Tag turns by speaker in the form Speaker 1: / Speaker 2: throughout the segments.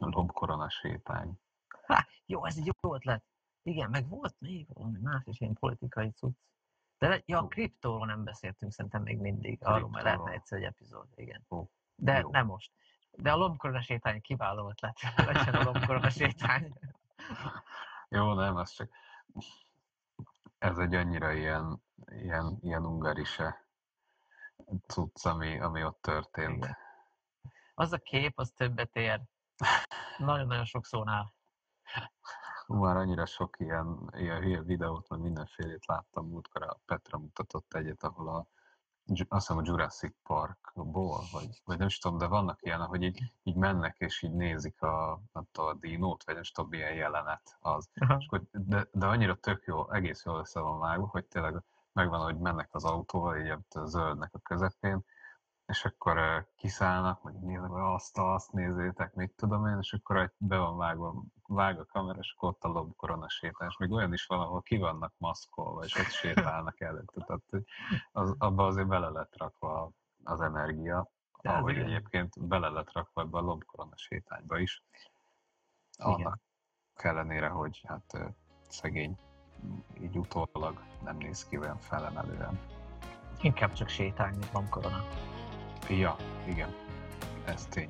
Speaker 1: Lombkorona sétány.
Speaker 2: Jó, ez egy jó ötlet. Igen, meg volt még valami más is, ilyen politikai cucc. De a kriptóról nem beszéltünk szerintem még mindig. Arról majd lehetne egyszer egy epizód, igen. De
Speaker 1: jó.
Speaker 2: nem most. De a lombkorona sétány kiváló ötlet. Legyen a lombkorona sétány.
Speaker 1: Jó, nem, az csak... Ez egy annyira ilyen ungarise cucc, ami ott történt.
Speaker 2: Igen. Az a kép, az többet ér. Nagyon-nagyon sok szónál.
Speaker 1: Már annyira sok ilyen hülye videót, meg mindenfélét láttam múltkor, a Petra mutatott egyet, ahol azt hiszem a Jurassic Parkból, vagy nem is tudom, de vannak ilyen, ahogy így mennek és így nézik a dinót, vagy nem is tudom, milyen jelenet az. És akkor, de annyira tök jó, egész jól össze van vágva, hogy tényleg megvan, hogy mennek az autóval, így a zöldnek a közepén, és akkor kiszállnak, meg néznek, hogy azt nézzétek, mit tudom én, és akkor be van vág a kamera, és akkor ott a lombkorona sétál, és még olyan is van, ahol ki vannak maszkolva, és ott sétálnak előtte. Tehát abba azért bele lett rakva az energia, ahogy egyébként bele lett rakva ebbe a lombkorona sétányba is. Annak ellenére, hogy hát szegény így utólag nem néz ki olyan felemelően.
Speaker 2: Inkább csak sétálni, mint lombkorona.
Speaker 1: Ja, igen. Ez tény.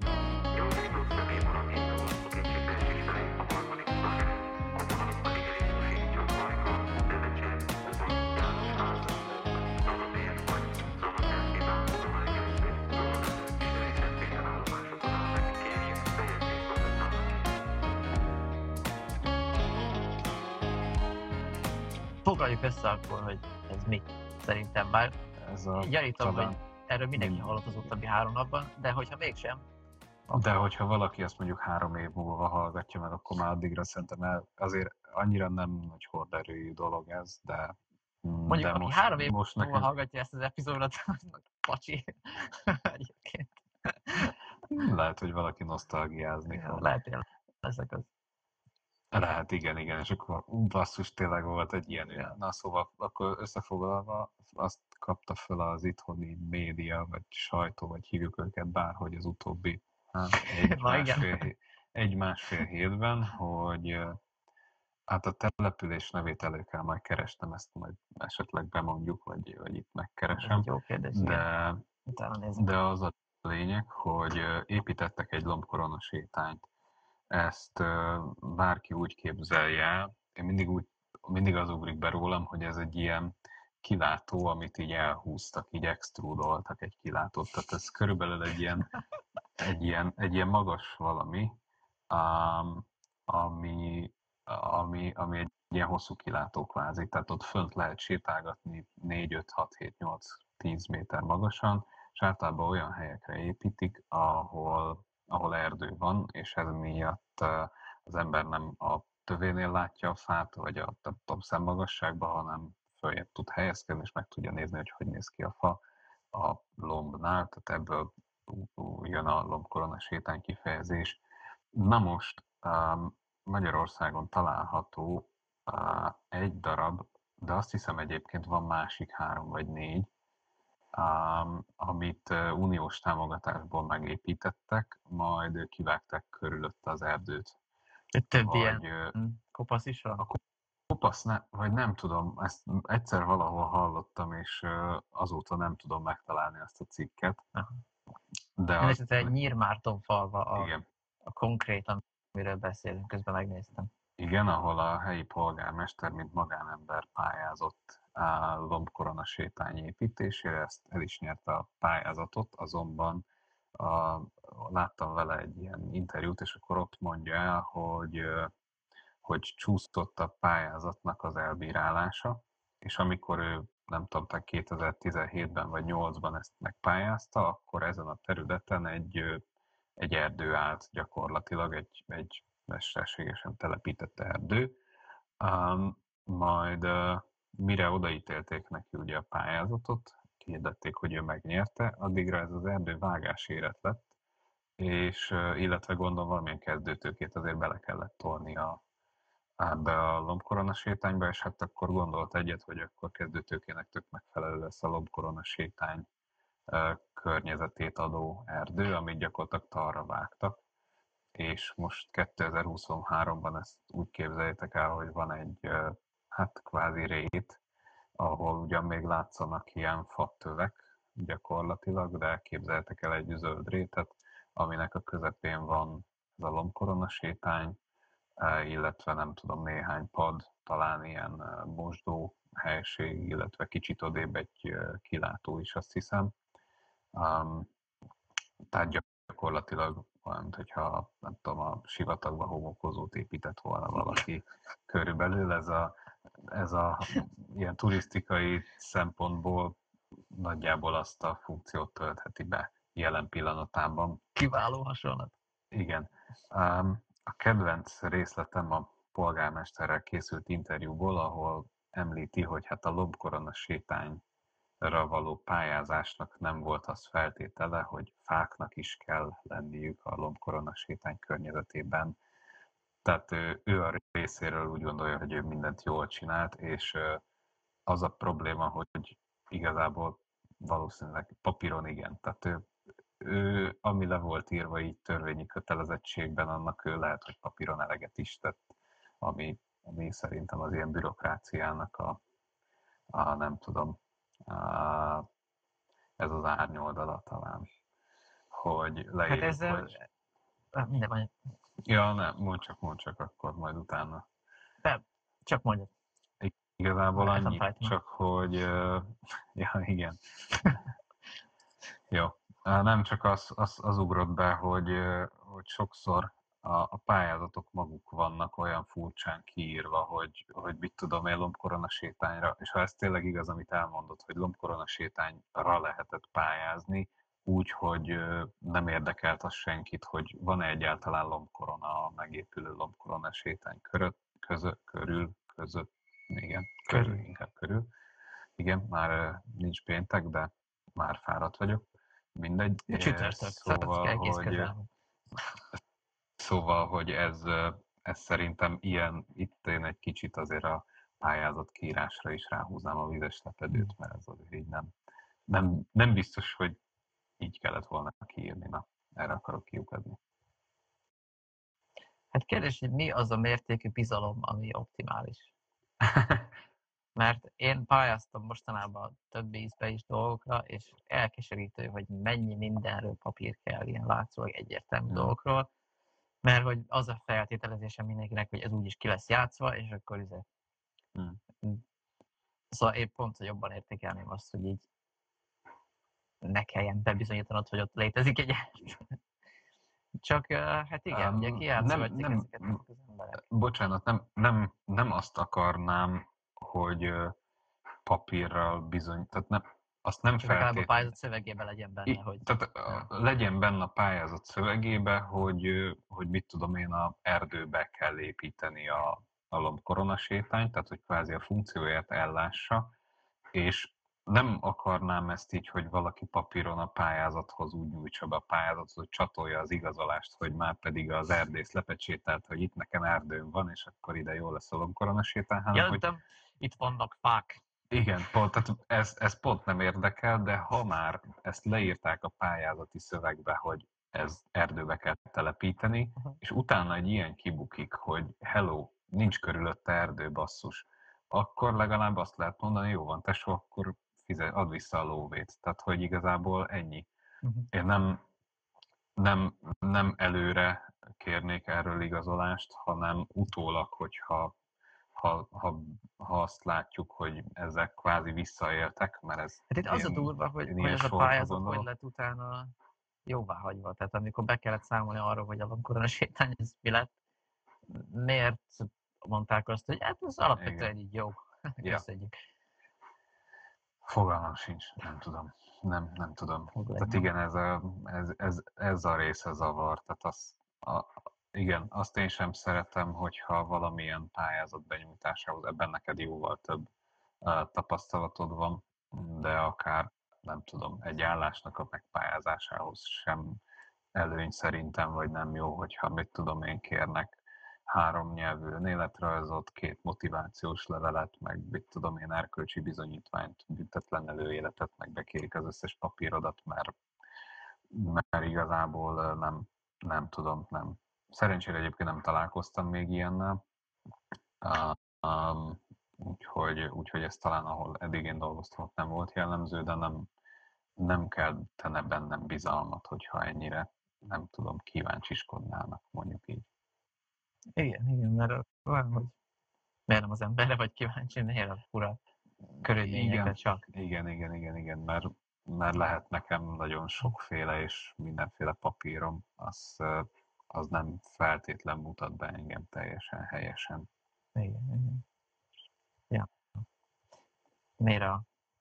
Speaker 2: Foglaljuk össze akkor, hogy ez mi szerintem, bár gyanítom, hogy erről mindenki hallott az utóbbi 3 napban, de hogyha mégsem...
Speaker 1: De hogyha valaki azt mondjuk 3 év múlva hallgatja meg, akkor már addigra szerintem azért annyira nem nagy horderejű dolog ez, de...
Speaker 2: Mondjuk,
Speaker 1: de
Speaker 2: aki 3 év
Speaker 1: múlva
Speaker 2: nekünk... hallgatja ezt az epizódot, pacsi. Egyébként.
Speaker 1: Lehet, hogy valaki nosztalgiázni fog.
Speaker 2: Lehet, ezek az.
Speaker 1: Lehet, igen, és akkor basszus, tényleg volt egy ilyen. Na szóval, akkor összefoglalva azt kapta föl az itthoni média, vagy sajtó, vagy hívjuk őket bárhogy az utóbbi egy-másfél hétben, hogy hát a település nevét elő kell majd keresnem, ezt majd esetleg bemondjuk, vagy itt megkeresem.
Speaker 2: Jó kérdés,
Speaker 1: de az a lényeg, hogy építettek egy lombkorona sétányt. Ezt bárki úgy képzelje, én mindig az ugrik be rólam, hogy ez egy ilyen kilátó, amit így elhúztak, így extrudoltak egy kilátót. Tehát ez körülbelül egy ilyen magas valami, ami egy ilyen hosszú kilátó kvázi. Tehát ott fönt lehet sétálgatni 4, 5, 6, 7, 8, 10 méter magasan, és általában olyan helyekre építik, ahol erdő van, és ez miatt az ember nem a tövénél látja a fát, vagy a szemmagasságban, hanem följebb tud helyezkedni, és meg tudja nézni, hogy néz ki a fa a lombnál, tehát ebből jön a lombkorona sétány kifejezés. Na most Magyarországon található egy darab, de azt hiszem egyébként van másik 3 vagy 4, amit uniós támogatásból megépítettek, majd kivágták körülötte az erdőt.
Speaker 2: Több ilyen kopasz is van?
Speaker 1: A kopasz, vagy nem tudom, ezt egyszer valahol hallottam, és azóta nem tudom megtalálni ezt a cikket.
Speaker 2: De egy Nyírmárton falva a konkrét, amiről beszélünk, közben megnéztem.
Speaker 1: Igen, ahol a helyi polgármester, mint magánember pályázott a lombkorona sétány építésére, ezt el is nyerte a pályázatot, azonban láttam vele egy ilyen interjút, és akkor ott mondja el, hogy csúszott a pályázatnak az elbírálása, és amikor ő, nem tudom, 2017-ben vagy 2008-ban ezt megpályázta, akkor ezen a területen egy erdő állt gyakorlatilag, egy mesterségesen telepített erdő. Majd mire odaítélték neki ugye a pályázatot, hirdették, hogy ő megnyerte, addigra ez az erdő vágásérett lett, és illetve gondolom valamilyen kezdőtőkét azért bele kellett tolni ebbe a lombkorona sétányba, és hát akkor gondolt egyet, hogy akkor kezdőtőkének tök megfelelő lesz a lombkorona sétány környezetét adó erdő, amit gyakorlatilag talra vágtak. és most 2023-ban ezt úgy képzeljétek el, hogy van egy hát kvázi rét, ahol ugyan még látszanak ilyen fatövek gyakorlatilag, de képzeljetek el egy zöld rétet, aminek a közepén van ez a lombkorona sétány, illetve nem tudom, néhány pad, talán ilyen mosdó helység, illetve kicsit odébb egy kilátó is, azt hiszem. Tehát gyakorlatilag olyan, hogyha nem tudom, a sivatagba homokozót épített volna valaki körülbelül. Ez a ilyen turisztikai szempontból nagyjából azt a funkciót töltheti be jelen pillanatában.
Speaker 2: Kiváló hasonlat.
Speaker 1: Igen. A kedvenc részletem a polgármesterrel készült interjúból, ahol említi, hogy hát a lombkorona sétányra való pályázásnak nem volt az feltétele, hogy fáknak is kell lenniük a lombkorona sétány környezetében. Tehát ő a részéről úgy gondolja, hogy ő mindent jól csinált, és az a probléma, hogy igazából valószínűleg papíron igen. Tehát ő ami le volt írva így törvényi kötelezettségben, annak ő lehet, hogy papíron eleget is tett, ami szerintem az ilyen bürokráciának a nem tudom, ez az árnyoldala talán, hogy
Speaker 2: Hát
Speaker 1: leírjuk,
Speaker 2: ezzel...
Speaker 1: hogy...
Speaker 2: Minden van.
Speaker 1: Ja, nem, mondd csak akkor majd utána.
Speaker 2: De csak mondjad.
Speaker 1: Igazából annyit, csak hogy... ja, igen. Jó. Nem csak az ugrott be, hogy sokszor a pályázatok maguk vannak olyan furcsán kiírva, hogy mit tudom én, lombkorona sétányra, és ha ez tényleg igaz, amit elmondott, hogy lombkorona sétányra lehetett pályázni, úgy, hogy nem érdekelt az senkit, hogy van-e egyáltalán lombkorona, a megépülő lombkorona sétány között, igen, inkább körül. Igen, már nincs péntek, de már fáradt vagyok. Mindegy.
Speaker 2: Csütörtök,
Speaker 1: Szóval, hogy ez szerintem ilyen, itt én egy kicsit azért a pályázat kiírásra is ráhúznám a vizes lepedőt, mert ez azért így nem biztos, hogy így kellett volna kiírni. Na, erre akarok kiukadni.
Speaker 2: Hát kérdés, hogy mi az a mértékű bizalom, ami optimális? Mert én pályáztam mostanában több ízbe is dolgokra, és elkeserítő, hogy mennyi mindenről papír kell, ilyen látszólag egyértelmű dolgokról, mert hogy az a feltételezése mindenkinek, hogy ez úgyis ki lesz játszva, és akkor Szóval én pont, hogy jobban értékelném azt, hogy így ne kelljen bebizonyítanod, hogy ott létezik egy Csak hát igen, ugye kijátszogatják ezeket az emberek.
Speaker 1: Bocsánat, nem azt akarnám, hogy papírral bizony, tehát azt nem
Speaker 2: feltétlenül. A pályázat szövegében legyen benne, hogy...
Speaker 1: Tehát legyen benne a pályázat szövegében, hogy mit tudom én, a erdőbe kell építeni a lombkorona sétányt, tehát hogy kvázi a funkcióját ellássa, és nem akarnám ezt így, hogy valaki papíron a pályázathoz úgy nyújtsa be a pályázatot, hogy csatolja az igazolást, hogy már pedig az erdész lepecsételt, hogy itt nekem erdőm van, és akkor ide jól lesz a lombkorona sétány, hanem
Speaker 2: Jelentem, hogy itt vannak fák.
Speaker 1: Igen, pont, tehát ez pont nem érdekel, de ha már ezt leírták a pályázati szövegbe, hogy ez erdőbe kell telepíteni, és utána egy ilyen kibukik, hogy hello, nincs körülötte erdő, basszus, akkor legalább azt lehet mondani, jó van, tesó, akkor add vissza a lóvét. Tehát, hogy igazából ennyi. Én nem előre kérnék erről igazolást, hanem utólag, hogyha ha azt látjuk, hogy ezek kvázi visszaéltek, mert ez...
Speaker 2: Hát itt az a durva, hogy ez a pályázat hogy lett utána jóváhagyva. Tehát amikor be kellett számolni arról, hogy a lombkorona sétány ez mi lett, miért mondták azt, hogy hát ez alapvetően így jó. Köszönjük.
Speaker 1: Fogalmam sincs, nem tudom. Nem tudom. Tehát igen, ez a része zavar. Tehát igen, azt én sem szeretem, hogyha valamilyen pályázat benyújtásához, ebben neked jóval több tapasztalatod van, de akár, nem tudom, egy állásnak a megpályázásához sem előny szerintem, vagy nem jó, hogyha mit tudom én kérnek 3 nyelvű önéletrajzot, 2 motivációs levelet, meg mit tudom én erkölcsi bizonyítványt, büntetlen előéletet, meg bekérik az összes papírodat, mert igazából nem tudom, nem Szerencsére egyébként nem találkoztam még ilyennel, úgyhogy ez talán, ahol eddig én dolgoztam, ott nem volt jellemző, de nem keltene bennem bizalmat, hogyha ennyire, nem tudom, kíváncsiskodnának, mondjuk így.
Speaker 2: Igen, mert olyan, hogy miért nem az emberre vagy kíváncsi, miért a fura körülményekre csak.
Speaker 1: Igen, mert lehet nekem nagyon sokféle és mindenféle papírom, az nem feltétlen mutat be engem teljesen helyesen.
Speaker 2: Igen. Ja. Miért a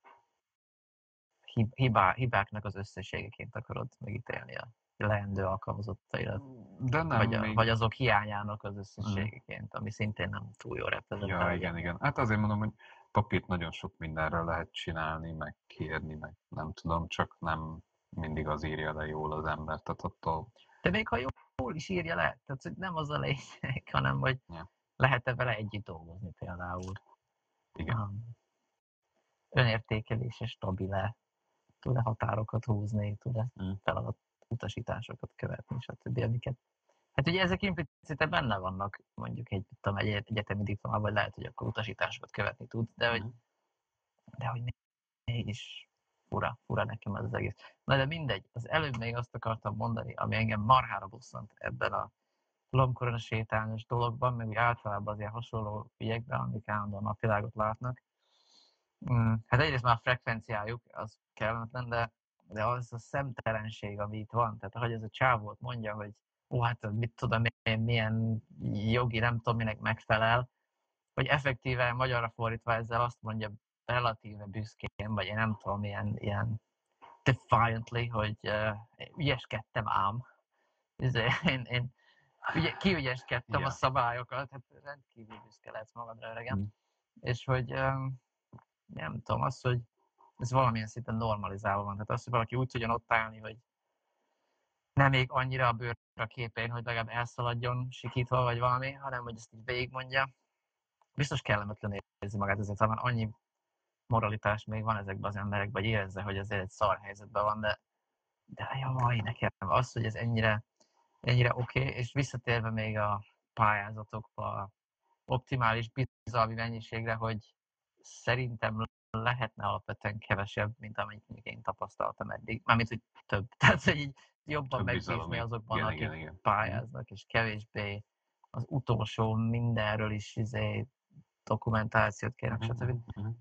Speaker 2: hibáknak az összességeként akarod megítélni a leendő alkalmazottaidat?
Speaker 1: De nem,
Speaker 2: Vagy azok hiányának az összességeként, ami szintén nem túl jó reprezentálja.
Speaker 1: Ja, igen. Hát azért mondom, hogy papírt nagyon sok mindenről lehet csinálni, meg kérni, meg nem tudom, csak nem mindig az írja le jól az ember. Tehát attól...
Speaker 2: De még ha jól is írja le, tehát hogy nem az a lényeg, hanem hogy
Speaker 1: Ja.
Speaker 2: lehet-e vele együtt dolgozni például.
Speaker 1: Igen.
Speaker 2: Önértékelése stabil-e, tud-e határokat húzni, tud-e feladat utasításokat követni, stb. Amiket. Hát ugye ezek implicite benne vannak, mondjuk egy egyetemi diplomában, vagy lehet, hogy akkor utasításokat követni tud, de hogy mégis fura nekem ez az egész. Na de mindegy, az előbb még azt akartam mondani, ami engem marhára bosszant ebben a lombkorona sétányos dologban, meg úgy általában az ilyen hasonló ügyekben, amik állandóan napvilágot látnak. Hát egyrészt már a frekvenciájuk, az kellemetlen, de az a szemtelenség, ami itt van. Tehát ahogy ez a csávót mondja, hogy hát mit tudom én, milyen jogi, nem tudom minek megfelel, hogy effektíve magyarra fordítva ezzel azt mondja relatíve büszkén, vagy én nem tudom, ilyen defiantly, hogy ügyeskedtem ám. Én kiügyeskedtem a szabályokat, hát rendkívül büszke lehetsz magadra, öregem. És hogy nem tudom, az, hogy ez valamilyen szinten normalizálva van. Tehát az, hogy valaki úgy tudjon ott állni, hogy nem még annyira a bőrre képén, hogy legalább elszaladjon sikítva, vagy valami, hanem hogy ezt így végigmondja. Biztos kellemetlen érzi magát, ezért talán annyi moralitás még van ezekben az emberekben, hogy érezze, hogy azért egy szar helyzetben van, de jaj, nekem az, hogy ez ennyire oké, és visszatérve még a pályázatokba, optimális bizalmi mennyiségre, hogy szerintem lehetne alapvetően kevesebb, mint amit én tapasztaltam eddig. Mármint, hogy több. Tehát, hogy így jobban megbízni azokban, akik pályáznak, és kevésbé az utolsó mindenről is dokumentációt kérnek, stb.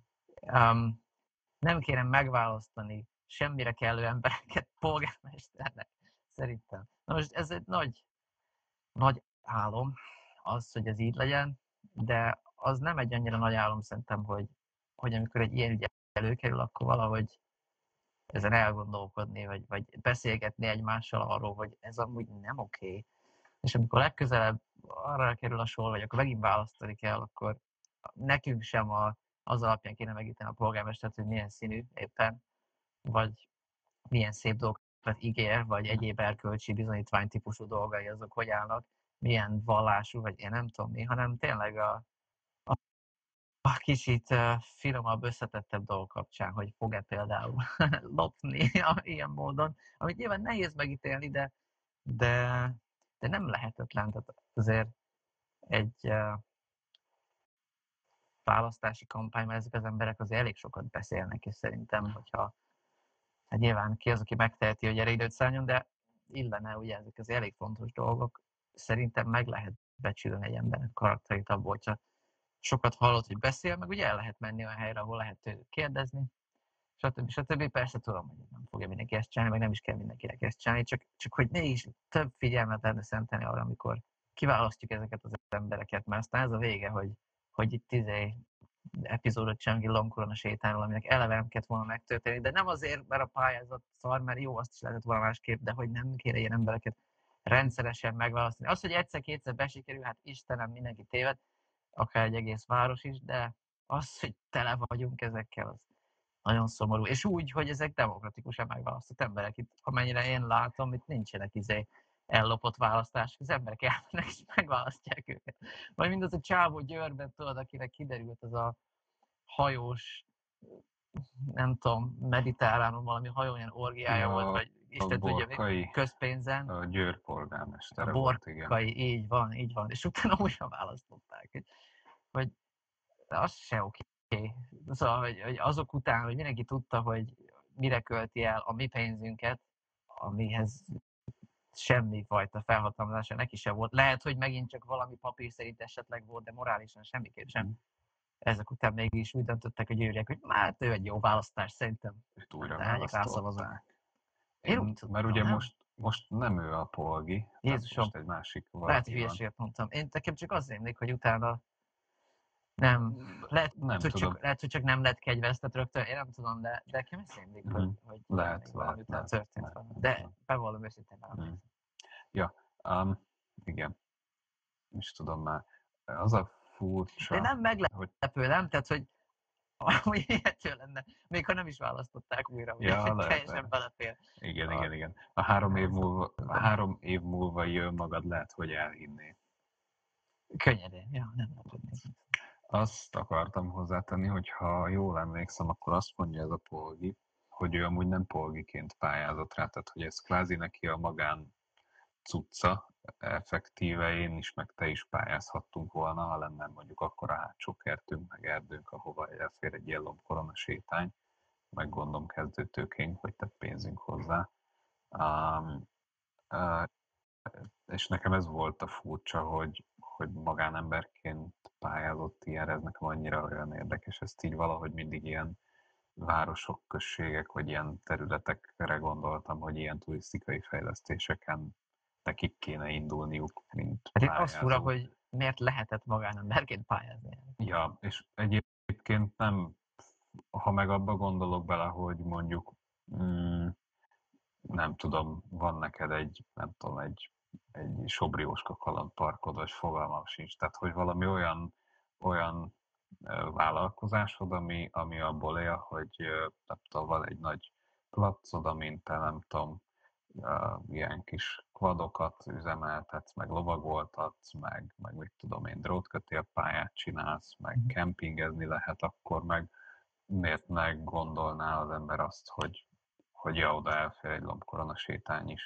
Speaker 2: Nem kérem megválasztani semmire kellő embereket polgármesternek, szerintem. Na most ez egy nagy álom, az, hogy ez így legyen, de az nem egy annyira nagy álom szerintem, hogy amikor egy ilyen ügy előkerül, akkor valahogy ezen elgondolkodni, vagy beszélgetni egymással arról, hogy ez amúgy nem oké. És amikor legközelebb arra kerül a sor, vagy akkor megint választani kell, akkor nekünk sem az alapján kéne megítélni a polgármestert, hogy milyen színű éppen, vagy milyen szép dolgokat ígér, vagy egyéb erkölcsi bizonyítvány típusú dolgai azok hogy állnak, milyen vallású, vagy én nem tudom mi, hanem tényleg a kicsit finomabb, összetettebb dolgok kapcsán, hogy fog-e például lopni ilyen módon, amit nyilván nehéz megítélni, de nem lehetetlen. Tehát azért egy választási kampányban ezek az emberek azért elég sokat beszélnek, és szerintem, hogyha hát nyilván ki az, aki megteheti, hogy erre időt szálljon, de illene, ugye ezek az elég fontos dolgok, szerintem meg lehet becsülni egy embernek karakterét abból, hogyha sokat hallott, hogy beszél, meg ugye el lehet menni olyan helyre, ahol lehet tőlük kérdezni, stb. Persze tudom, hogy nem fogja mindenki ezt csinálni, meg nem is kell mindenkinek ezt csinálni, csak hogy mégis több figyelmet lehetne szentelni arra, amikor kiválasztjuk ezeket az embereket, mert aztán ez a vége, hogy itt epizódot csinálunk egy lombkorona sétányról, aminek eleve nem kellett volna megtörténni, de nem azért, mert a pályázat szar, mert jó, azt is lehetett volna másképp, de hogy nem kéne ilyen embereket rendszeresen megválasztani. Az, hogy egyszer-kétszer besikerül, hát Istenem, mindenki téved, akár egy egész város is, de az, hogy tele vagyunk ezekkel, az nagyon szomorú. És úgy, hogy ezek demokratikusan megválasztott emberek. Itt, amennyire én látom, itt nincsenek ellopott választások. Az emberek elmennek és megválasztják őket. Vagy mindaz a csávó Győrben, tudod, akinek kiderült az a hajós, nem tudom, mediterránon valami hajó, ilyen orgiája volt, vagy és te tudja,
Speaker 1: Borkai,
Speaker 2: közpénzen,
Speaker 1: a Győr
Speaker 2: a
Speaker 1: polgármestere volt, igen.
Speaker 2: Borkai, így van, és utána újra választották. Hogy az se oké. Szóval, hogy azok után, hogy mindenki tudta, hogy mire költi el a mi pénzünket, amihez semmi fajta felhatalmazása neki se volt. Lehet, hogy megint csak valami papír szerint esetleg volt, de morálisan semmiképp sem. Ezek után mégis úgy döntöttek a győriek, hogy hát ő egy jó választás szerintem.
Speaker 1: Őt újra
Speaker 2: Menjek rászavazok.
Speaker 1: választották.
Speaker 2: Én úgy tudtam,
Speaker 1: Mert ugye
Speaker 2: nem?
Speaker 1: most nem ő a polgi, tehát
Speaker 2: Jézusom,
Speaker 1: most egy másik
Speaker 2: lehet, hogy
Speaker 1: valaki van.
Speaker 2: hülyeséget mondtam. Én nekem csak az rémlik, hogy utána nem, lehet,
Speaker 1: Nem tudom.
Speaker 2: lehet, hogy csak nem lett kegyvesztett rögtön, én nem tudom, de nekem ez rémlik, hogy
Speaker 1: Lehet,
Speaker 2: valami után
Speaker 1: lehet,
Speaker 2: történt
Speaker 1: lehet,
Speaker 2: valami. De bevallom őszintén nem emlékszem.
Speaker 1: Ja, igen. És tudom már. Az a furcsa,
Speaker 2: De nem meglepő,
Speaker 1: hogy...
Speaker 2: nem? Tehát, hogy amúgy ilyető lenne, még ha nem is választották újra, ugye,
Speaker 1: Ja,
Speaker 2: teljesen belefér.
Speaker 1: Igen. A 3 év múlva jön magad, lehet, hogy elhinné.
Speaker 2: Könnyedén, ja, nem lepődnék.
Speaker 1: Azt akartam hozzátenni, hogy ha jól emlékszem, akkor azt mondja ez a polgi, hogy ő amúgy nem polgiként pályázott rá, tehát hogy ez kvázi neki a magán cucca, effektíve én is, meg te is pályázhattunk volna, ha lenne mondjuk akkor a hátsó kertünk, meg erdőnk, ahova elfér egy ilyen lombkorona sétány, meg gondom kezdőtőkénk, vagy tett pénzünk hozzá. És nekem ez volt a furcsa, hogy magánemberként pályázott ilyenre, ez nekem annyira olyan érdekes, ezt így valahogy mindig ilyen városok, községek, vagy ilyen területekre gondoltam, hogy ilyen turisztikai fejlesztéseken nekik kéne indulniuk, mint
Speaker 2: Hát itt
Speaker 1: pályázó.
Speaker 2: az fura, hogy miért lehetett magánemberként pályázni.
Speaker 1: Ja, és egyébként nem, ha meg abba gondolok bele, hogy mondjuk nem tudom, van neked egy, nem tudom, egy Sobrióska kalandparkod, vagy fogalmam sincs. Tehát, hogy valami olyan vállalkozásod, ami abból él, hogy nem tudom, van egy nagy placod, amint te nem tudom, ilyen kis kvadokat üzemeltetsz, meg lovagoltatsz, meg mit tudom én, drótkötélpályát csinálsz, meg kempingezni lehet, akkor meg miért meg gondolná az ember azt, hogy ja, oda elfér egy lombkorona sétány is.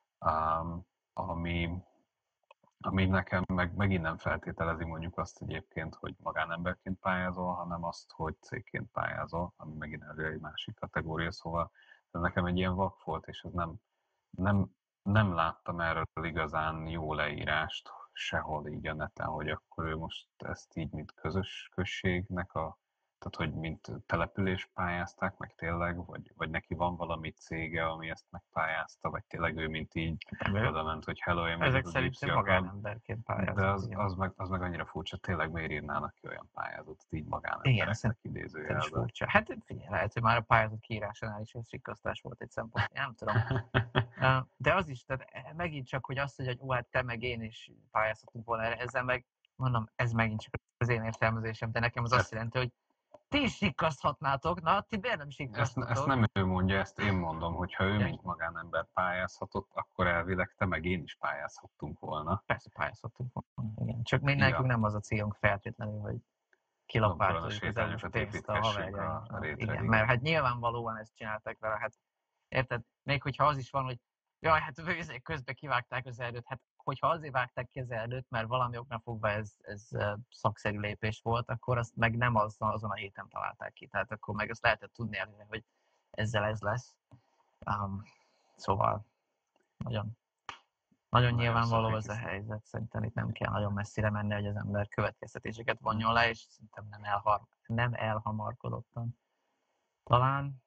Speaker 1: Ami nekem megint nem feltételezi mondjuk azt egyébként, hogy magánemberként pályázol, hanem azt, hogy cégként pályázol, ami megint egy másik kategória, szóval ez nekem egy ilyen vak volt, és ez nem láttam erről igazán jó leírást sehol így a neten, hogy akkor ő most ezt így, mint közös községnek tehát, hogy mint település pályázták meg tényleg, vagy neki van valami cége, ami ezt megpályázta, vagy tényleg ő, mint így oda ment, hogy hello, én
Speaker 2: Ezek
Speaker 1: vagyok a
Speaker 2: szerintem
Speaker 1: Gypsy Akad.
Speaker 2: magánemberként pályázott.
Speaker 1: De az meg annyira furcsa, tényleg miért írnának ki olyan pályázatot így
Speaker 2: Igen,
Speaker 1: magánembereknek
Speaker 2: ez is
Speaker 1: idézőjelben.
Speaker 2: furcsa. Hát figyelj, lehet, hogy már a pályázat kiírásánál is ez rikkasztás volt egy szempont, én nem tudom. De az is, tehát megint csak, hogy azt, hogy hát te meg én is pályázhatunk volna erre, ezzel meg, mondom, ez megint csak az én értelmezésem, de nekem az azt jelenti, hogy ti is sikkaszthatnátok, na, ti miért nem sikkaszthatok?
Speaker 1: Ezt nem ő mondja, ezt én mondom, hogy ha ő mint magánember pályázhatott, akkor elvileg te meg én is pályázhattunk volna.
Speaker 2: Persze pályázhatunk volna, igen. Csak mi nekünk nem az a célunk feltétlenül, hogy kilapátoljuk az EU-s pénzt a haverjainknak. Igen, mert hát nyilvánvalóan ezt csinálták vele, hát érted? Még hogyha az is van, hogy jaj, hát közben kivágták az erdőt, hát hogyha azért vágták ki az erdőt, mert valami oknál fogva ez szakszerű lépés volt, akkor azt meg nem azon a héten találták ki. Tehát akkor meg azt lehetett tudni előre, hogy ezzel ez lesz. Szóval nagyon nyilvánvaló ez a helyzet. Szerintem itt nem kell nagyon messzire menni, hogy az ember következtetéseket vonjon le, és szerintem nem elhamarkodottan. Talán.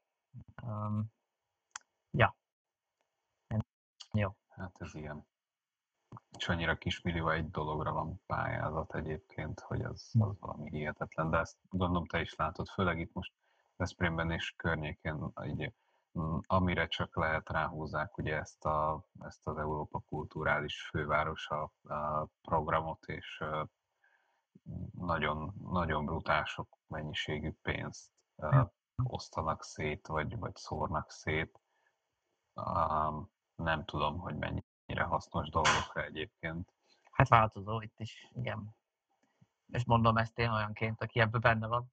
Speaker 2: Ja. Jó.
Speaker 1: Hát ez ilyen. És annyira kismillió egy dologra van pályázat egyébként, hogy az valami hihetetlen. De ezt gondolom te is látod, főleg itt most Veszprémben és környékén, így, amire csak lehet ráhúzzák ugye ezt az Európa Kulturális Fővárosa programot, és nagyon, nagyon brutál sok mennyiségű pénzt osztanak szét, vagy szórnak szét. Nem tudom, hogy mennyire hasznos dolgokra egyébként.
Speaker 2: Hát változó itt is, igen. És mondom ezt én olyanként, aki ebben benne van.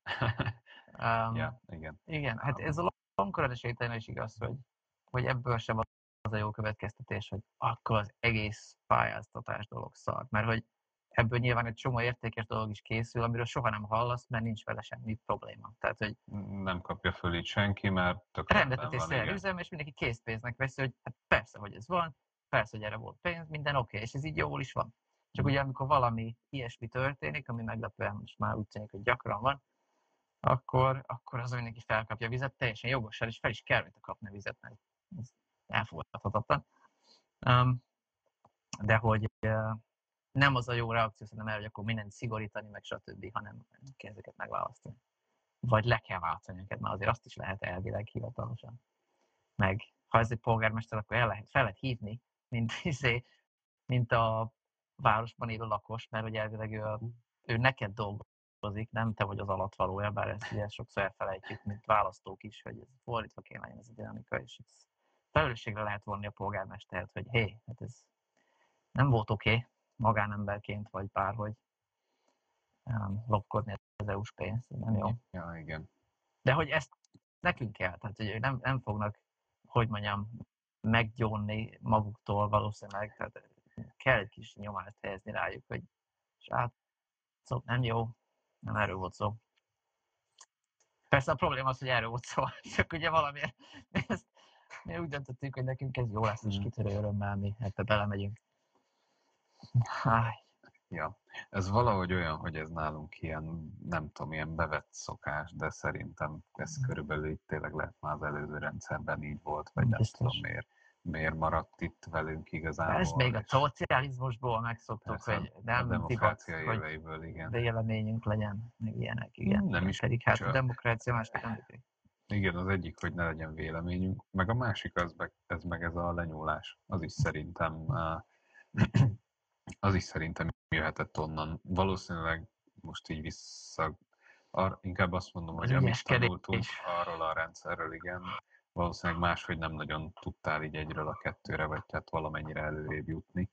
Speaker 1: Ja, igen.
Speaker 2: Igen, hát ez a lombkorona sétány is igaz, hogy ebből sem a jó következtetés, hogy akkor az egész pályáztatás dolog szar. Mert hogy ebből nyilván egy csomó értékes dolog is készül, amiről soha nem hallasz, mert nincs vele semmi probléma. Tehát, hogy
Speaker 1: Nem kapja föl így senki, mert tök rendben van,
Speaker 2: rendeltetésszerű
Speaker 1: igen.
Speaker 2: üzem, és mindenki készpénznek veszi, hogy hát persze, hogy ez van, persze, hogy erre volt pénz, minden oké, és ez így jól is van. Csak ugye amikor valami ilyesmi történik, ami meglepően most már úgy tűnik, hogy gyakran van, akkor az mindenki felkapja a vizet, teljesen jogosan, és fel is kell rajta kapni a vizet, mert ez elfogadhatatlan. De hogy nem az a jó reakció szerintem erre, hogy akkor mindent szigorítani, meg stb., hanem kell ezeket megválasztani. Vagy le kell váltani őket, mert azért azt is lehet elvileg hivatalosan. Meg ha ez egy polgármester, akkor fel lehet hívni, mint a városban élő lakos, mert hogy elvileg ő neked dolgozik, nem te vagy az alattvalója, bár ezt ugye sokszor elfelejtjük, mint választók is, hogy ez fordítva kéne legyen ez a dinamika, és ez felelősségre lehet vonni a polgármestert, hogy hé, hát ez nem volt oké, magánemberként, vagy bárhogy lopkodni az EU-s pénzt, nem jó.
Speaker 1: Ja, igen.
Speaker 2: De hogy ezt nekünk kell, tehát hogy nem fognak, hogy mondjam, meggyónni maguktól valószínűleg, tehát kell egy kis nyomást helyezni rájuk, hogy srácok, nem jó, nem erről volt szó. Persze a probléma az, hogy erről volt szó, csak ugye valamiért mi úgy döntöttük, hogy nekünk ez jó lesz, és kitörő örömmel mi ebbe belemegyünk.
Speaker 1: Ja, ez valahogy olyan, hogy ez nálunk ilyen, nem tudom, ilyen bevett szokás, de szerintem ez körülbelül itt tényleg lehet már az előző rendszerben így volt, vagy nem tudom miért maradt itt velünk igazából.
Speaker 2: Ez még a szocializmusból megszoktuk, hogy nem divat, hogy véleményünk legyen, meg ilyenek, igen.
Speaker 1: Nem is
Speaker 2: pedig hát a demokrácia másképp nem működik.
Speaker 1: Igen, az egyik, hogy ne legyen véleményünk, meg a másik ez a lenyúlás. Az is szerintem jöhetett onnan. Valószínűleg most így inkább azt mondom, hogy amit tanultunk arról a rendszerről, igen, valószínűleg máshogy nem nagyon tudtál így egyről a kettőre, vagy tehát valamennyire előrébb jutni.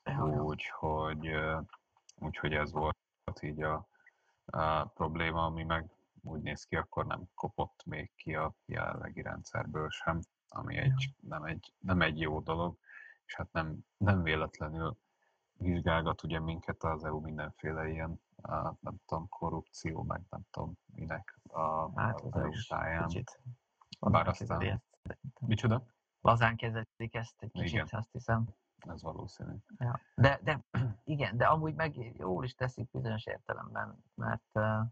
Speaker 1: Úgyhogy ez volt így a probléma, ami meg úgy néz ki, akkor nem kopott még ki a jelenlegi rendszerből sem, ami nem egy jó dolog, és hát nem véletlenül vizsgálgat ugye minket az EU mindenféle ilyen, nem tudom, korrupció, meg nem tudom minek a listáján. Bár aztán... Micsoda?
Speaker 2: Lazán kezelik ezt egy kicsit, igen. Azt hiszem.
Speaker 1: Ez valószínű.
Speaker 2: Ja. De igen, de amúgy meg jól is teszik bizonyos értelemben, mert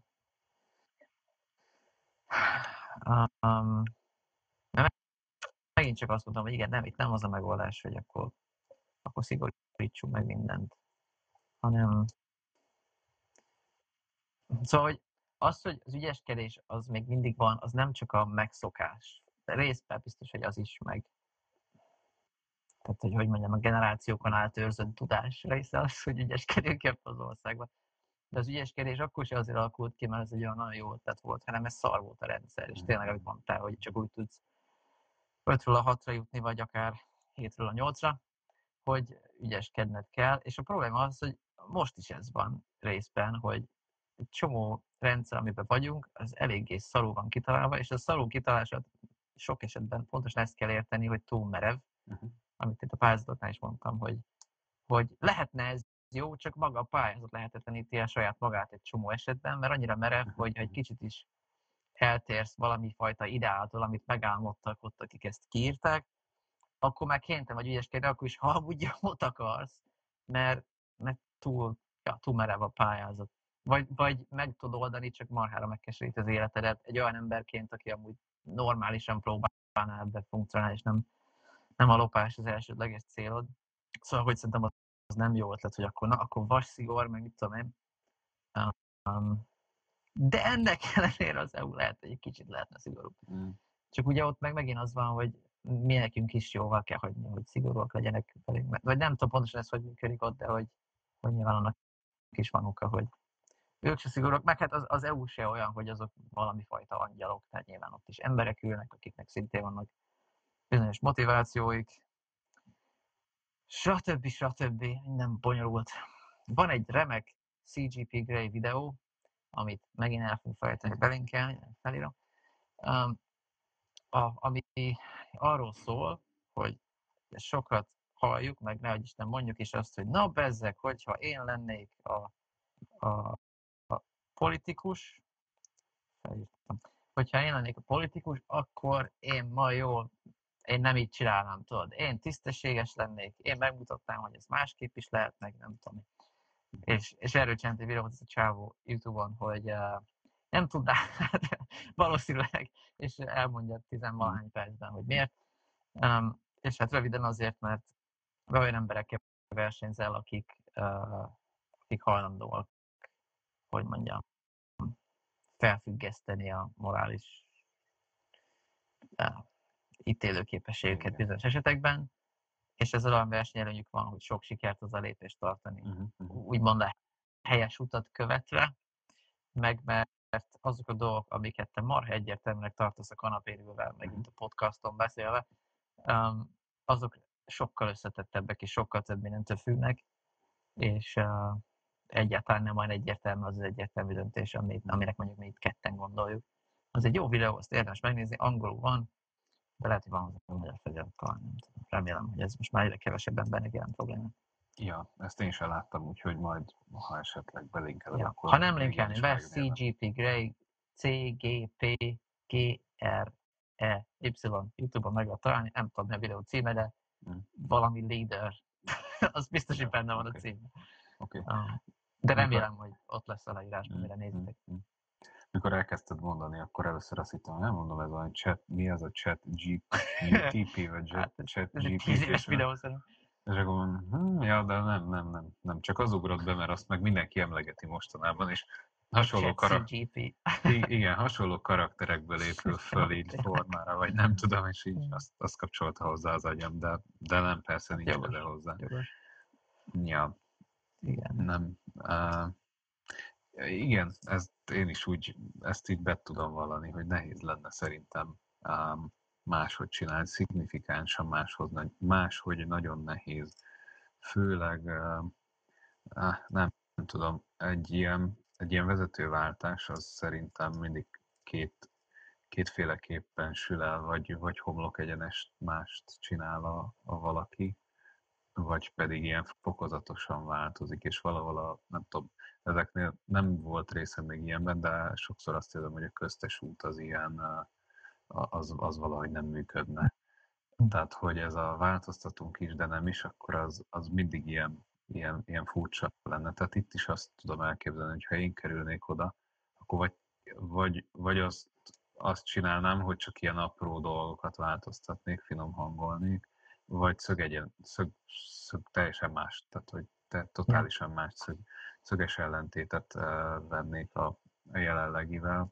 Speaker 2: megint csak azt mondom, hogy igen, itt nem az a megoldás, hogy akkor szigorítsuk meg mindent, hanem szóval, hogy az, hogy az ügyeskedés az még mindig van, az nem csak a megszokás. De részben biztos, hogy az is meg. Tehát, hogy mondjam, a generációkon át őrzött tudás része az, hogy ügyeskedünk ebben az országban. De az ügyeskedés akkor sem azért alakult ki, mert ez egy olyan nagyon jó ötlet volt, hanem ez szar volt a rendszer. És tényleg, ahogy mondtál, hogy csak úgy tudsz 5-ről a 6-ra jutni, vagy akár 7-ről a 8-ra, hogy ügyeskedned kell. És a probléma az, hogy most is ez van részben, hogy egy csomó rendszer, amiben vagyunk, az eléggé szarul van kitalálva, és a szarul kitalálását sok esetben pontosan ezt kell érteni, hogy túl merev, amit itt a pályázatoknál is mondtam, hogy lehetne ez jó, csak maga a pályázat lehetetleníti el saját magát egy csomó esetben, mert annyira merev, hogy egy kicsit is eltérsz valami fajta ideáltól, amit megálmodtak ott, akik ezt kiírták, akkor már kénytelen vagy ügyeskedni, akkor is ha amúgy jót akarsz, mert túl merev a pályázat. Vagy meg tudod oldani, csak marhára megkeserít az életedet egy olyan emberként, aki amúgy normálisan próbálná ebbe funkcionálni, és nem a lopás az elsődleges célod. Szóval, hogy szerintem az nem jó ötlet, hogy akkor vasszigor, meg mit tudom én. De ennek ellenére az EU lehet, hogy egy kicsit lehetne szigorúbb. Csak ugye ott meg megint az van, hogy mi nekünk is jóval kell hagyni, hogy szigorúak legyenek velünk. Vagy nem tudom pontosan ez, hogy működik ott, de hogy nyilván annak is van oka, hogy ők se szigorúak, meg hát az EU se olyan, hogy azok valami fajta angyalok, tehát nyilván ott is emberek ülnek, akiknek szintén vannak bizonyos motivációik, stb. Minden bonyolult. Van egy remek CGP Grey videó, amit megint el fogunk felejteni belinkelni, felírom, ami arról szól, hogy sokat halljuk, meg nehogy Isten mondjuk is azt, hogy na bezzeg, hogyha én lennék a politikus, felírtam, hogyha én lennék a politikus, akkor én nem így csinálnám, tudod. Én tisztességes lennék, én megmutatnám, hogy ez másképp is lehet, meg nem tudom. És erről csinált egy videót ez a csávó YouTube-on, hogy nem tudná, valószínűleg, és elmondja 10-valahány percben, hogy miért. És hát röviden azért, mert olyan emberekkel versenyzel, akik hajlandóak, hogy mondjam, felfüggeszteni a morális ítélőképességüket bizonyos esetekben, és ezzel olyan versenyelőnyük van, hogy sok sikert az a lépést tartani. Úgymond a helyes utat követve, meg mert azok a dolgok, amiket te marha egyértelműnek tartasz a kanapérülvel, megint a podcaston beszélve, azok sokkal összetettebbek és sokkal több mindentől függnek, és egyáltalán nem olyan egyértelmű az egyértelmű döntés, aminek mondjuk mi itt ketten gondoljuk. Az egy jó videó, azt érdemes megnézni, angolul van, de lehet, hogy van hozzá a magyar felirat, talán nem tudom. Remélem, hogy ez most már egyre kevesebb embernek jelent problémát.
Speaker 1: Ja, ezt én sem láttam, úgyhogy majd, ha esetleg belinkeled,
Speaker 2: Ja.
Speaker 1: akkor...
Speaker 2: Ha nem linkelni be, CGP Grey, CGP GRE Y, YouTube-on meg lehet találni, nem tudom mi a videó címe, de valami leader, az biztos, hogy benne van a címe.
Speaker 1: Okay.
Speaker 2: De remélem, hogy ott lesz a leírásban, mire nézitek.
Speaker 1: Mikor elkezdted mondani, akkor először azt hittem, nem mondom, ez a chat, mi az a chat GTP, vagy chat
Speaker 2: Ez egy
Speaker 1: GP?
Speaker 2: 10 éves videó szerintem.
Speaker 1: És akkor mondom, ja, de nem, csak az ugrott be, mert azt meg mindenki emlegeti mostanában, és hasonló hasonló karakterekből épül föl így formára, vagy nem tudom, és így azt kapcsolta hozzá az agyam, de nem, persze nincs köze hozzá. Ja.
Speaker 2: Igen.
Speaker 1: Nem. Igen, én is ezt így be tudom vallani, hogy nehéz lenne szerintem máshogy csinálni, szignifikánsan máshogy nagyon nehéz. Főleg, nem tudom, egy ilyen vezetőváltás az szerintem mindig kétféleképpen sül el, vagy homlok egyenest mást csinál a valaki, vagy pedig ilyen fokozatosan változik, és valahol nem tudom, ezeknél nem volt részem még ilyenben, de sokszor azt érzem, hogy a köztes út az ilyen, az valahogy nem működne. Tehát, hogy ez a változtatunk is, de nem is, akkor az mindig ilyen furcsa lenne. Tehát itt is azt tudom elképzelni, hogy ha én kerülnék oda, akkor vagy azt csinálnám, hogy csak ilyen apró dolgokat változtatnék, finom hangolnék, vagy szög teljesen más, tehát hogy totálisan más szöges ellentétet vennék a jelenlegivel,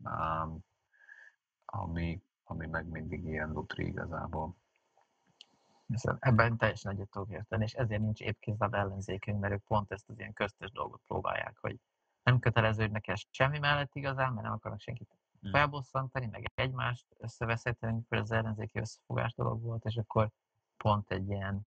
Speaker 1: ami meg mindig ilyen lutri igazából.
Speaker 2: Ebben teljesen egyet tudok érteni, és ezért nincs épkézláb ellenzékünk, mert ők pont ezt az ilyen köztes dolgot próbálják, hogy nem köteleződnek el semmi mellett igazán, mert nem akarnak senkit felbosszantani, meg egymást összeveszíteni, amikor az ellenzéki összefogás dolog volt, és akkor pont egy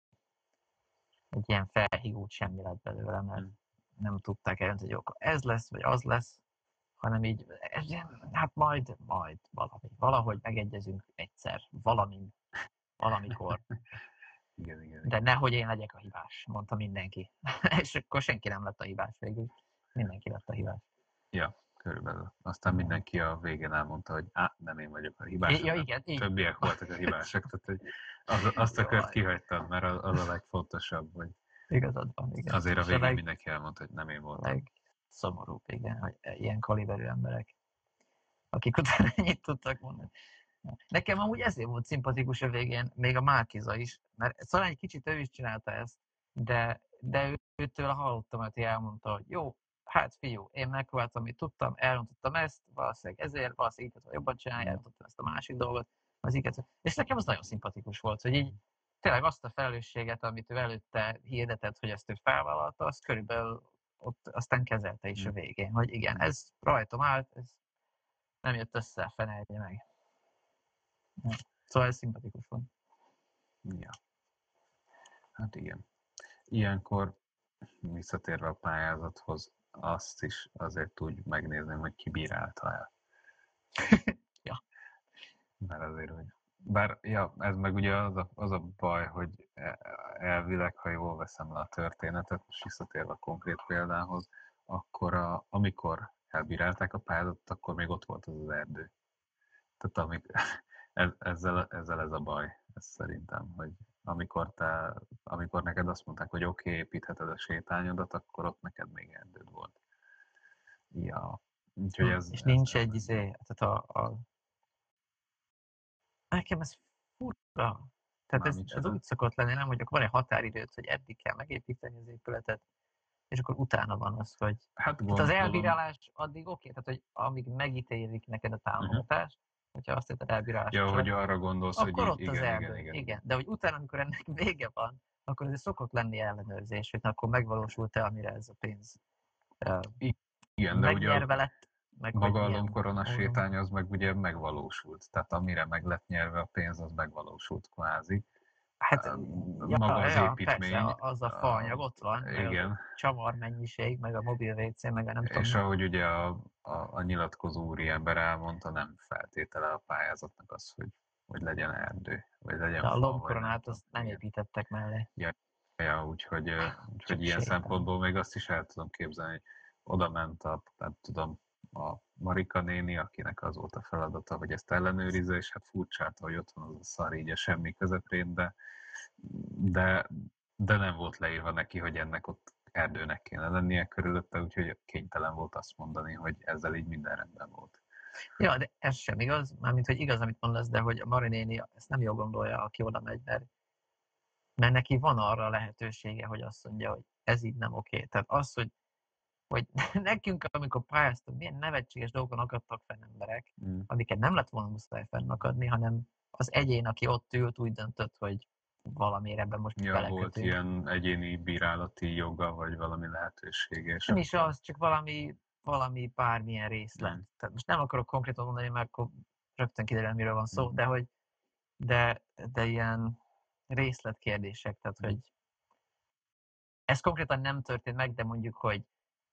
Speaker 2: ilyen felhígult semmi lett belőle, mert nem tudták eldönteni, hogy akkor ez lesz, vagy az lesz, hanem így, hát majd valahogy megegyezünk egyszer, valamikor.
Speaker 1: Igen.
Speaker 2: De nehogy én legyek a hibás, mondta mindenki. És akkor senki nem lett a hibás végül. Mindenki lett a hibás.
Speaker 1: Ja, körülbelül. Aztán mindenki a végén elmondta, hogy nem én vagyok a hibás,
Speaker 2: igen,
Speaker 1: többiek voltak a hibások. Tehát, hogy azt a kört kihagytad, mert az a legfontosabb, hogy
Speaker 2: igazad van, igen.
Speaker 1: Azért a végén mindenki elmondta, hogy nem én voltam.
Speaker 2: Legszomorúbb, igen, hogy ilyen kaliberű emberek, akik utána ennyit tudtak mondani. Nekem amúgy ezért volt szimpatikus a végén, még a Márkiza is, mert szóval egy kicsit ő is csinálta ezt, de őtől hallottam, hogy elmondta, hogy jó, hát fiú, én megpróbáltam, amit tudtam, elrontottam ezt, valószínűleg ezért, valószínűleg így jobban csinálni, elrontottam ezt a másik dolgot, és nekem az nagyon szimpatikus volt, hogy így tényleg azt a felelősséget, amit ő előtte hirdetett, hogy ezt ő felvállalta, azt körülbelül ott aztán kezelte is a végén, hogy igen, ez rajtam állt, ez nem jött össze, fenelje meg. Ja. Szóval ez szimpatikus volt.
Speaker 1: Ja. Hát igen. Ilyenkor visszatérve a pályázathoz, azt is azért úgy megnézném, hogy ki bírálta el.
Speaker 2: Ja.
Speaker 1: Mert azért, hogy Bár, ja, ez meg ugye az a baj, hogy elvileg, ha jól veszem le a történetet, most visszatérve a konkrét példához, akkor amikor elbírálták a pályázatot, akkor még ott volt az az erdő. Tehát ezzel ez a baj, ez szerintem, hogy amikor neked azt mondták, hogy oké, építheted a sétányodat, akkor ott neked még erdőd volt. Ja, úgyhogy
Speaker 2: És nincs
Speaker 1: ez
Speaker 2: egy tehát nekem ez fura. Tehát
Speaker 1: már
Speaker 2: ez
Speaker 1: micsoda.
Speaker 2: úgy szokott lenni, nem, hogy akkor van egy határidőt, hogy eddig kell megépíteni az épületet, és akkor utána van az, hogy...
Speaker 1: Hát
Speaker 2: Tehát az
Speaker 1: gondolom,
Speaker 2: elbírálás addig oké, tehát hogy amíg megítélik neked a
Speaker 1: uh-huh.
Speaker 2: támogatást, hogyha azt érted elbírálás
Speaker 1: Ja, hogy
Speaker 2: során,
Speaker 1: arra gondolsz, hogy
Speaker 2: akkor
Speaker 1: így,
Speaker 2: ott az
Speaker 1: igen, igen,
Speaker 2: erdő.
Speaker 1: igen,
Speaker 2: Igen.
Speaker 1: igen.
Speaker 2: De hogy utána, amikor ennek vége van, akkor azért szokott lenni ellenőrzés, hogy na, akkor megvalósult-e, amire ez a pénz
Speaker 1: Igen, de ugye
Speaker 2: megnyerve lett, meg hogy
Speaker 1: maga a
Speaker 2: milyen
Speaker 1: lombkorona
Speaker 2: módon.
Speaker 1: sétány az meg ugye megvalósult. Tehát amire meg lett nyerve a pénz, az megvalósult kvázi.
Speaker 2: Hát,
Speaker 1: Maga az
Speaker 2: persze,
Speaker 1: építmény,
Speaker 2: az a faanyag ott van, meg az a
Speaker 1: igen,
Speaker 2: csavar mennyiség, meg a mobil WC, meg a nem tudom
Speaker 1: és
Speaker 2: mi.
Speaker 1: ahogy ugye a nyilatkozó úriember elmondta, nem feltétele a pályázatnak az, hogy legyen erdő, vagy legyen
Speaker 2: De a
Speaker 1: fa, vagy nem
Speaker 2: lombkoronát
Speaker 1: tudom.
Speaker 2: azt nem
Speaker 1: Igen.
Speaker 2: építettek mellé.
Speaker 1: Ja, ja, úgyhogy
Speaker 2: Csak
Speaker 1: ilyen
Speaker 2: sétálni.
Speaker 1: szempontból még azt is el tudom képzelni, hogy oda ment nem tudom, a Marika néni, akinek az volt a feladata, hogy ezt ellenőrizze, és hát furcsálta, hogy ott van az a szar így a semmi közepén, de, de nem volt leírva neki, hogy ennek ott erdőnek kéne lennie körülötte, úgyhogy kénytelen volt azt mondani, hogy ezzel így minden rendben volt.
Speaker 2: Ja, de ez sem igaz, mármint, hogy igaz, amit mondasz, de hogy a Mari néni ezt nem jól gondolja, aki oda megy, mert neki van arra a lehetősége, hogy azt mondja, hogy ez így nem oké. Tehát az, hogy nekünk, amikor pályáztunk, milyen nevetséges dolgokon akadtak fenn emberek,
Speaker 1: Mm.
Speaker 2: amiket nem lett volna muszáj fennakadni, hanem az egyén, aki ott ült, úgy döntött, hogy valamiért ebben most
Speaker 1: Ja, volt
Speaker 2: belekötünk.
Speaker 1: ilyen egyéni bírálati joga, vagy valami lehetősége, és
Speaker 2: Nem is
Speaker 1: akkor...
Speaker 2: az, csak valami bármilyen részlet.
Speaker 1: Mm.
Speaker 2: Tehát most nem akarok konkrétan mondani, mert akkor rögtön kiderül, miről van szó,
Speaker 1: Mm.
Speaker 2: de ilyen részletkérdések, tehát
Speaker 1: Mm.
Speaker 2: hogy ez konkrétan nem történt meg, de mondjuk, hogy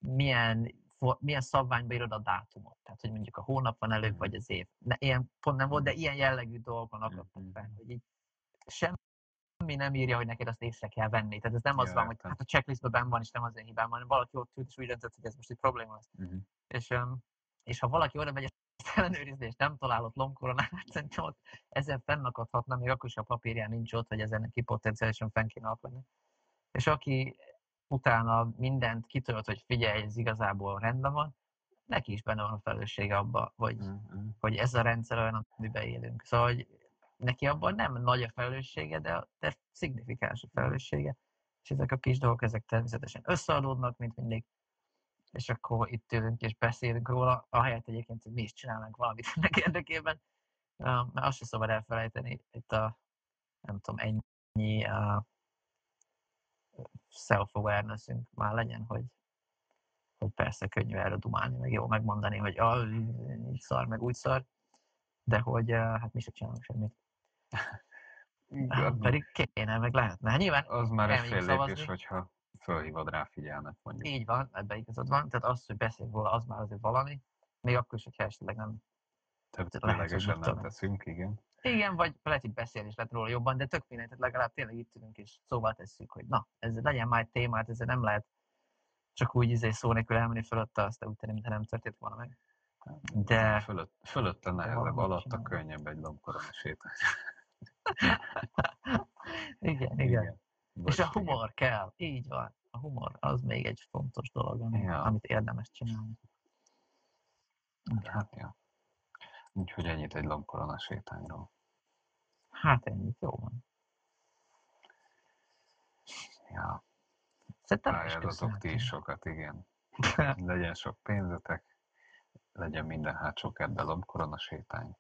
Speaker 2: milyen szabványba írod a dátumot. Tehát, hogy mondjuk a hónap van előbb, vagy az év. Ilyen pont nem volt, de ilyen jellegű dolgon akadtak fel, hogy így semmi nem írja, hogy neked azt észre kell venni. Tehát ez nem az
Speaker 1: Ja,
Speaker 2: van, hogy
Speaker 1: értem.
Speaker 2: hát a checklistben benn van, és nem az én hibám, hanem valaki ott ült, és úgy döntött, hogy ez most egy probléma lesz.
Speaker 1: Uh-huh.
Speaker 2: És ha valaki oda megy, ezt ellenőrizni, és nem találott lombkoronát, szerintem ott ezen fennakadhatna, még akkor is a papírján nincs ott, hogy ezen neki potenciálisan fenn kéne akadni. És aki utána mindent kitölt, hogy figyelj, ez igazából rendben van, neki is benne van a felelőssége abban, hogy ez a rendszer olyan, amiben élünk. Szóval, hogy neki abban nem nagy a felelőssége, de szignifikáns a felelőssége. És ezek a kis dolgok, ezek természetesen összeadódnak, mint mindig, és akkor itt ülünk és beszélünk róla, ahelyett egyébként, hogy mi is csinálnánk valamit ennek érdekében. Mert azt sem szabad elfelejteni, itt nem tudom, ennyi self-awareness-ünk már legyen, hogy persze könnyű erre dumálni, meg jó megmondani, hogy így szar, meg úgy szar, de hogy hát mi se csinálunk semmit. Pedig kéne, meg lehetne. Hát nyilván
Speaker 1: az már egy fél lépés,
Speaker 2: szavazni.
Speaker 1: hogyha fölhívod rá figyelmet, mondjuk.
Speaker 2: Így van, ebben igazad van. Tehát az, hogy beszélünk róla, az már azért valami. Még akkor is, hogyha esetleg nem lehet, hogy
Speaker 1: Ténylegesen nem
Speaker 2: tudom.
Speaker 1: teszünk, igen.
Speaker 2: Igen, vagy lehet, hogy beszélni lehet róla jobban, de tök mindegy, tehát legalább tényleg itt ülünk és szóval tesszük, hogy na, ez legyen már egy témát, ezzel nem lehet csak úgy szó nélkül elmenni fölötte, azt úgy tenni, mintha nem történt volna meg. De
Speaker 1: Fölötte nehezebb, alatta
Speaker 2: csinálni.
Speaker 1: könnyebb egy lombkorona sétál.
Speaker 2: Igen. És a humor
Speaker 1: igen.
Speaker 2: kell, így van. A humor az még egy fontos dolog, amit érdemes csinálni.
Speaker 1: Hát, ja. Úgyhogy ennyit egy lombkorona sétányról.
Speaker 2: Hát ennyit, jó van.
Speaker 1: Ja.
Speaker 2: Szerintem
Speaker 1: Pályázatok ti is sokat, igen. Legyen sok pénzetek, legyen minden hátsó kertben lombkorona sétány.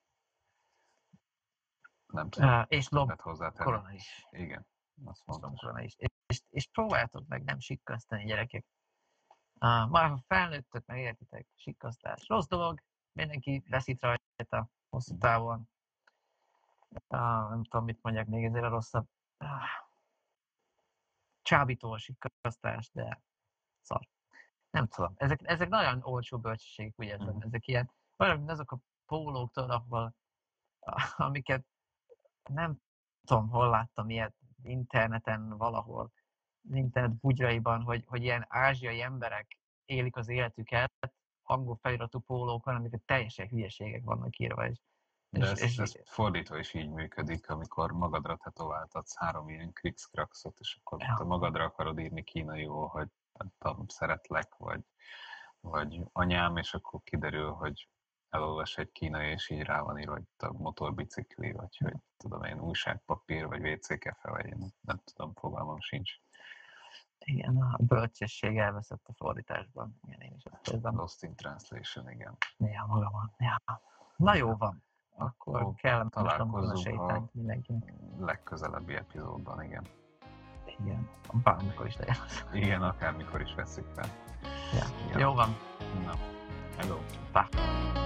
Speaker 1: Nem tudom,
Speaker 2: és
Speaker 1: többet hozzátenni.
Speaker 2: korona is.
Speaker 1: Igen, azt fontos.
Speaker 2: Is. És próbáltok meg nem sikkasztani, gyerekek. Már ha felnőttök, meg értitek, sikkasztás rossz dolog, mindenki veszít rajta hosszú távon. Nem tudom, mit mondjak még ezért a rosszabb. Csábító a sikkasztás, de szar. Nem tudom. Ezek nagyon olcsó bölcsességek, ugye? Ezek ilyen, olyan, mint azok a pólók, tudod, amiket nem tudom, hol láttam ilyet, interneten valahol, az internet bugyraiban, hogy ilyen ázsiai emberek élik az életüket angol feliratú pólókon, amiket teljesen hülyeségek vannak írva.
Speaker 1: De
Speaker 2: És
Speaker 1: ez fordítva is így működik, amikor magadra tetováltatsz 3 ilyen krikszkrakszot, és akkor te magadra akarod írni kínaiul, hogy nem tudom, szeretlek, vagy anyám, és akkor kiderül, hogy elolvas egy kínai, és így rá van írva, hogy a motorbicikli, vagy hogy tudom én, újságpapír, vagy WC-kefe, vagy én nem tudom, fogalmam sincs.
Speaker 2: Igen, a bölcsesség elveszett a fordításban. Igen, én is azt érzem.
Speaker 1: Lost in translation, igen.
Speaker 2: Néha magamon. Ja. Na jó van. Akkor kellemes napon a sétányt mindenkinek.
Speaker 1: Legközelebbi epizódban, igen.
Speaker 2: Igen, bármikor is legyen.
Speaker 1: Igen, akármikor is veszük fel.
Speaker 2: Ja. Jó van.
Speaker 1: Na, hello.
Speaker 2: Bye.